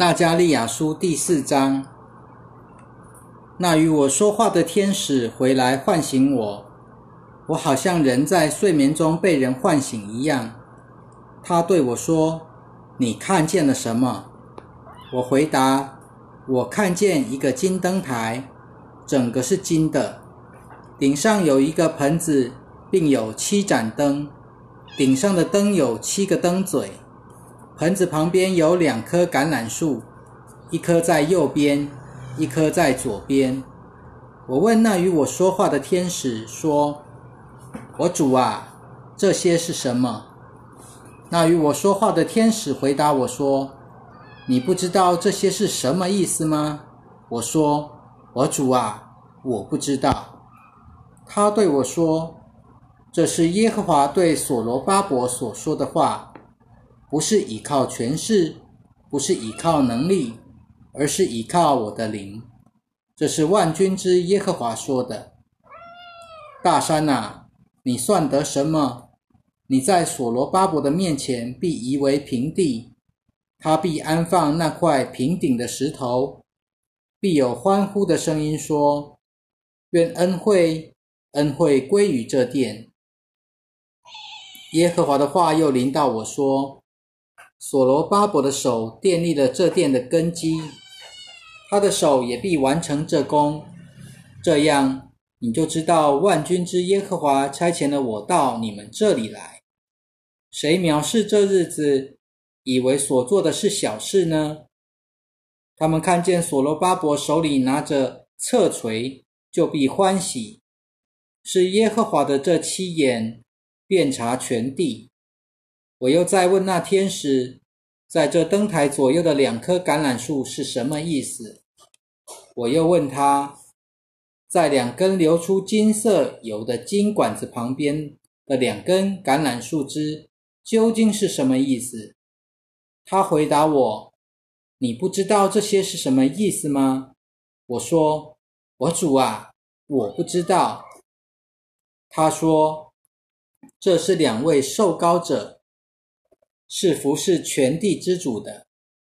撒迦利亚书第4章。那与我说话的天使回来唤醒我，我好像人在睡眠中被人唤醒一样。他对我说：你看见了什么？我回答：我看见一个金灯台，整个是金的，顶上有一个盆子，并有7盏灯，顶上的灯有7个灯嘴。盆子旁边有2棵橄榄树，一棵在右边，一棵在左边。我问那与我说话的天使说：我主啊，这些是什么？那与我说话的天使回答我说：你不知道这些是什么意思吗？我说：我主啊，我不知道。他对我说：这是耶和华对所罗巴伯所说的话，不是倚靠权势，不是倚靠能力，而是倚靠我的灵。这是万军之耶和华说的。大山啊，你算得什么？你在所罗巴伯的面前必夷为平地，他必安放那块平顶的石头，必有欢呼的声音说：愿恩惠归于这殿。耶和华的话又临到我说：所罗巴伯的手奠立了这殿的根基，他的手也必完成这工。这样你就知道万军之耶和华差遣了我到你们这里来。谁藐视这日子，以为所做的是小事呢？他们看见所罗巴伯手里拿着侧锤，就必欢喜。是耶和华的这7眼遍察全地。我又再问那天使，在这灯台左右的2棵橄榄树是什么意思？我又问他，在2根流出金色油的金管子旁边的2根橄榄树枝究竟是什么意思？他回答我：你不知道这些是什么意思吗？我说：我主啊，我不知道。他说：这是2位受膏者，是服侍全地之主的。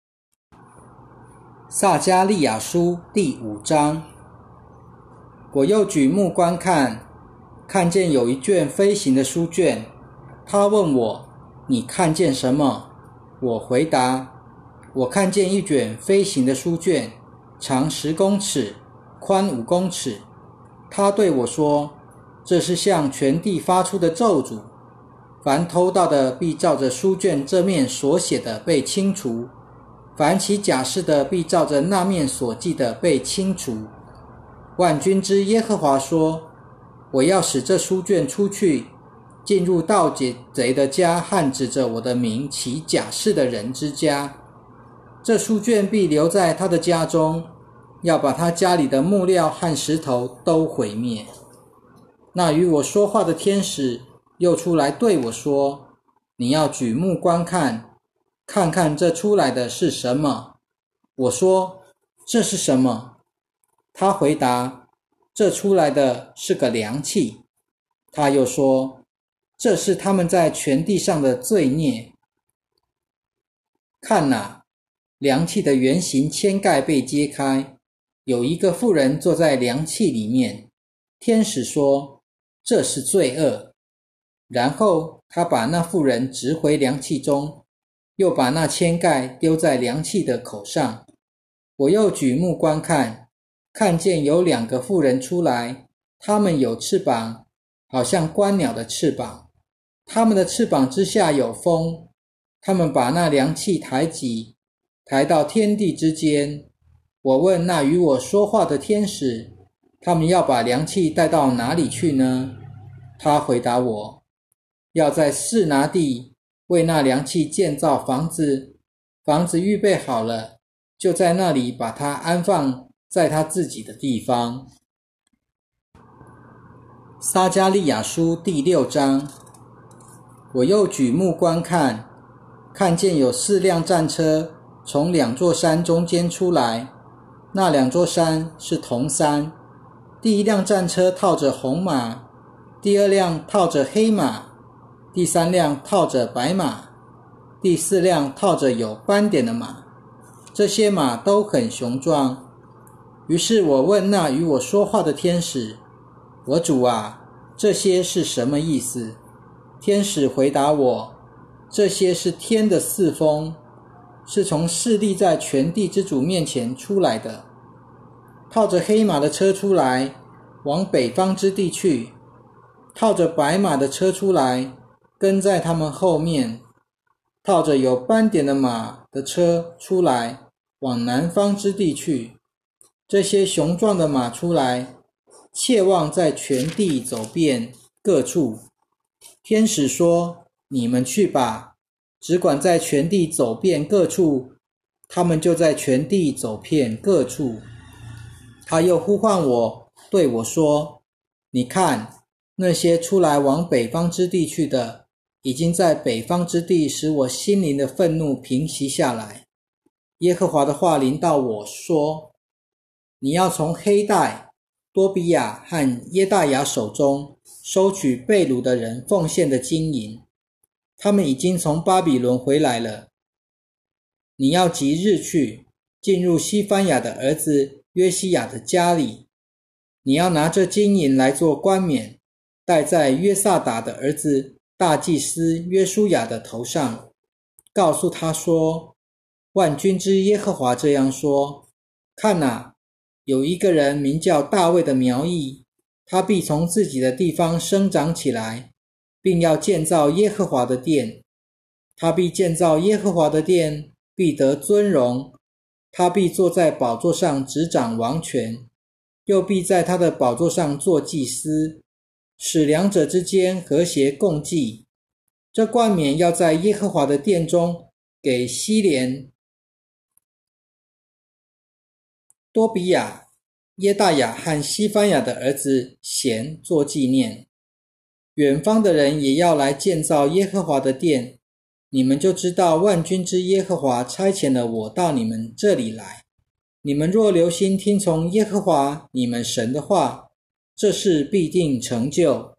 撒迦利亚书第5章。我又举目观看，看见有一卷飞行的书卷。他问我：你看见什么？我回答：我看见一卷飞行的书卷，长10公尺，宽5公尺。他对我说：这是向全地发出的咒诅，凡偷盗的必照着书卷这面所写的被清除，凡起假誓的必照着那面所记的被清除。万军之耶和华说：我要使这书卷出去，进入盗贼的家和指着我的名起假誓的人之家。这书卷必留在他的家中，要把他家里的木料和石头都毁灭。那与我说话的天使又出来对我说：你要举目观看，看看这出来的是什么。我说：这是什么？他回答：这出来的是个量器。他又说：这是他们在全地上的罪孽。看哪，量器的圆形铅盖被揭开，有一个妇人坐在量器里面。天使说：这是罪恶。然后他把那妇人直回量器中，又把那铅盖丢在量器的口上。我又举目观看，看见有2个妇人出来，她们有翅膀，好像观鸟的翅膀，她们的翅膀之下有风。她们把那量器抬到天地之间。我问那与我说话的天使，他们要把量器带到哪里去呢？他回答我：要在示拿地为那量器建造房子，房子预备好了，就在那里把它安放在他自己的地方。撒迦利亚书第6章。我又举目观看，看见有4辆战车从2座山中间出来，那2座山是同山。第1辆战车套着红马，第2辆套着黑马，第3辆套着白马，第4辆套着有斑点的马。 这些马都很雄壮。于是我问那与我说话的天使，我主啊，这些是什么意思？天使回答我，这些是天的四风，是从侍立在全地之主面前出来的。套着黑马的车出来，往北方之地去；套着白马的车出来，跟在他们后面；套着有斑点的马的车出来，往南方之地去。这些雄壮的马出来，切望在全地走遍各处。天使说，你们去吧，只管在全地走遍各处。他们就在全地走遍各处。他又呼唤我，对我说，你看，那些出来往北方之地去的，已经在北方之地使我心灵的愤怒平息下来。耶和华的话临到我说，你要从黑带、多比亚和耶大雅手中收取被掳的人奉献的金银，他们已经从巴比伦回来了。你要即日去，进入西番雅的儿子约西亚的家里，你要拿这金银来做冠冕，戴在约萨达的儿子大祭司约书亚的头上，告诉他说，万军之耶和华这样说，看哪，有一个人名叫大卫的苗裔，他必从自己的地方生长起来，并要建造耶和华的殿。他必建造耶和华的殿，必得尊荣。他必坐在宝座上执掌王权，又必在他的宝座上做祭司，使两者之间和谐共济。这冠冕要在耶和华的殿中给希连、多比亚、耶大雅和西番雅的儿子贤做纪念。远方的人也要来建造耶和华的殿，你们就知道万军之耶和华差遣了我到你们这里来。你们若留心听从耶和华你们神的话，这事必定成就。